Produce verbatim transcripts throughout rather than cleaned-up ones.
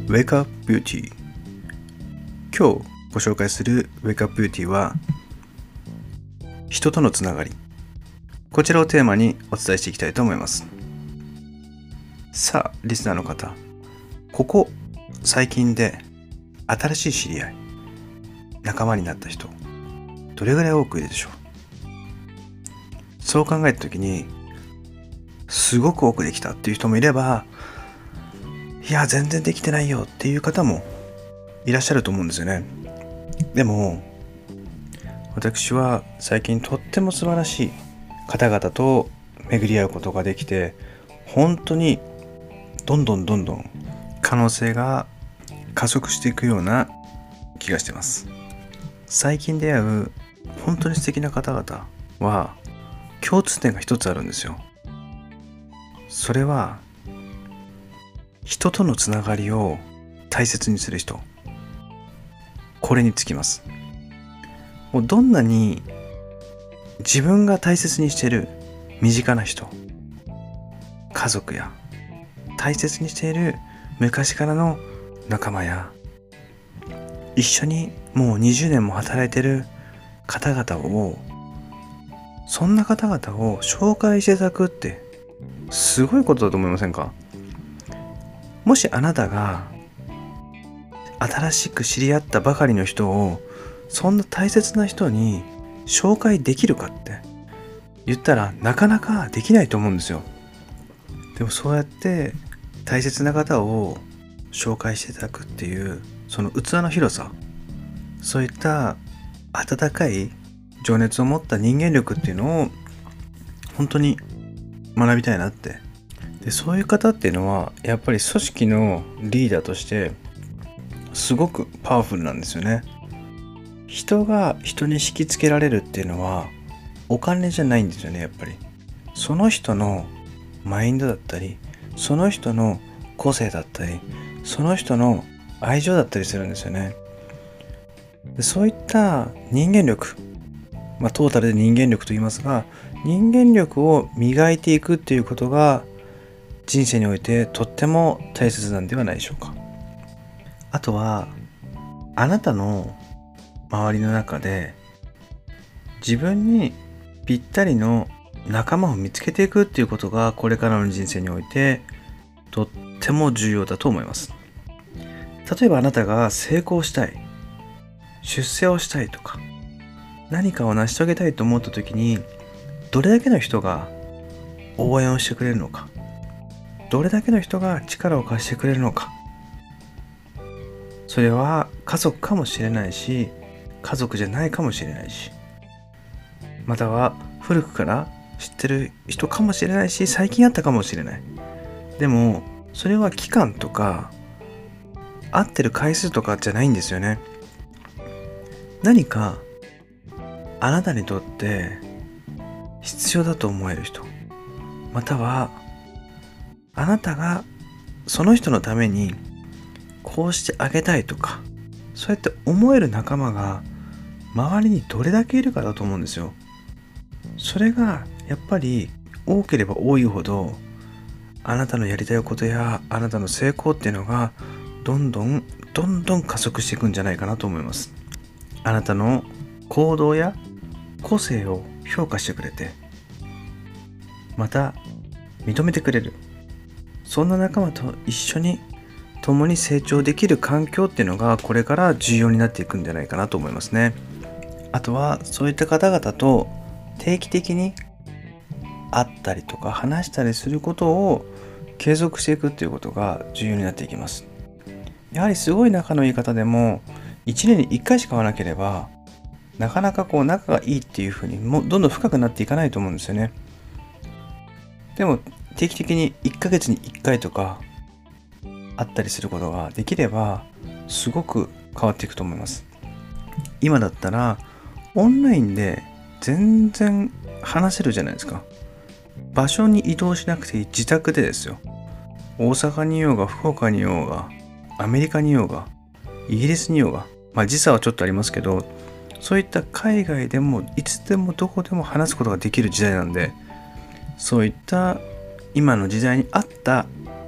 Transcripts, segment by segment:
Wake Up Beauty。 今日ご紹介する Wake Up Beauty は人とのつながり、こちらをテーマにお伝えしていきたいと思います。さあリスナーの方、ここ最近で新しい知り合い、仲間になった人どれぐらい多くいるでしょう。そう考えたときにすごく多くできたっていう人もいれば、いや全然できてないよっていう方もいらっしゃると思うんですよね。でも私は最近とっても素晴らしい方々と巡り合うことができて、本当にどんどんどんどん可能性が加速していくような気がしています。最近出会う本当に素敵な方々は共通点が一つあるんですよ。それは人とのつながりを大切にする人。これにつきます。もうどんなに自分が大切にしている身近な人、家族や大切にしている昔からの仲間や一緒にもうにじゅうねんも働いている方々を、そんな方々を紹介していただくってすごいことだと思いませんか？もしあなたが新しく知り合ったばかりの人をそんな大切な人に紹介できるかって言ったらなかなかできないと思うんですよ。でもそうやって大切な方を紹介していただくっていうその器の広さ、そういった温かい情熱を持った人間力っていうのを本当に学びたいなって。でそういう方っていうのはやっぱり組織のリーダーとしてすごくパワフルなんですよね。人が人に引きつけられるっていうのはお金じゃないんですよね。やっぱりその人のマインドだったり、その人の個性だったり、その人の愛情だったりするんですよね。でそういった人間力、まあトータルで人間力と言いますが、人間力を磨いていくっていうことが人生においてとっても大切なんではないでしょうか。あとはあなたの周りの中で自分にぴったりの仲間を見つけていくっていうことがこれからの人生においてとっても重要だと思います。例えばあなたが成功したい、出世をしたいとか何かを成し遂げたいと思った時に、どれだけの人が応援をしてくれるのか、どれだけの人が力を貸してくれるのか。それは家族かもしれないし、家族じゃないかもしれないし、または古くから知ってる人かもしれないし、最近会ったかもしれない。でもそれは期間とか会ってる回数とかじゃないんですよね。何かあなたにとって必要だと思える人、またはあなたがその人のためにこうしてあげたいとか、そうやって思える仲間が周りにどれだけいるかだと思うんですよ。それがやっぱり多ければ多いほど、あなたのやりたいことやあなたの成功っていうのがどんどんどんどん加速していくんじゃないかなと思います。あなたの行動や個性を評価してくれて、また認めてくれる、そんな仲間と一緒に共に成長できる環境っていうのがこれから重要になっていくんじゃないかなと思いますね。あとはそういった方々と定期的に会ったりとか話したりすることを継続していくっていうことが重要になっていきます。やはりすごい仲のいい方でもいちねんにいっかいしか会わなければなかなかこう仲がいいっていうふうにもどんどん深くなっていかないと思うんですよね。でも定期的にいっかげつにいっかいとか会ったりすることができればすごく変わっていくと思います。今だったらオンラインで全然話せるじゃないですか。場所に移動しなくていい、自宅でですよ。大阪にいようが福岡にいようがアメリカにいようがイギリスにいようが、まあ時差はちょっとありますけど、そういった海外でもいつでもどこでも話すことができる時代なんで、そういった今の時代に合った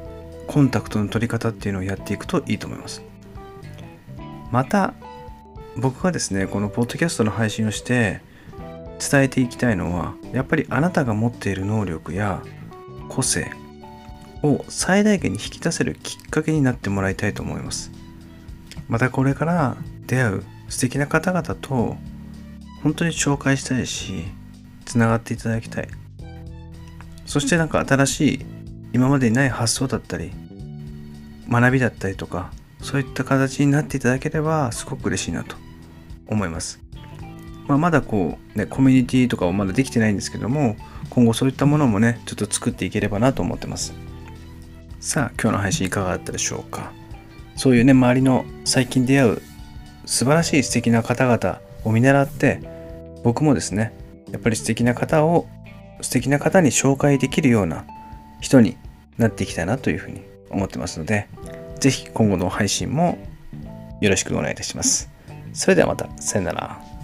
コンタクトの取り方っていうのをやっていくといいと思います。また僕がですねこのポッドキャストの配信をして伝えていきたいのは、やっぱりあなたが持っている能力や個性を最大限に引き出せるきっかけになってもらいたいと思います。またこれから出会う素敵な方々と本当に紹介したいし、つながっていただきたい。そしてなんか新しい今までにない発想だったり学びだったりとか、そういった形になっていただければすごく嬉しいなと思います。まあ、まだこうねコミュニティとかはまだできてないんですけども、今後そういったものもねちょっと作っていければなと思ってます。さあ今日の配信いかがだったでしょうか。そういうね周りの最近出会う素晴らしい素敵な方々を見習って、僕もですねやっぱり素敵な方を素敵な方に紹介できるような人になっていきたいなというふうに思ってますので、ぜひ今後の配信もよろしくお願いいたします。それではまた、さよなら。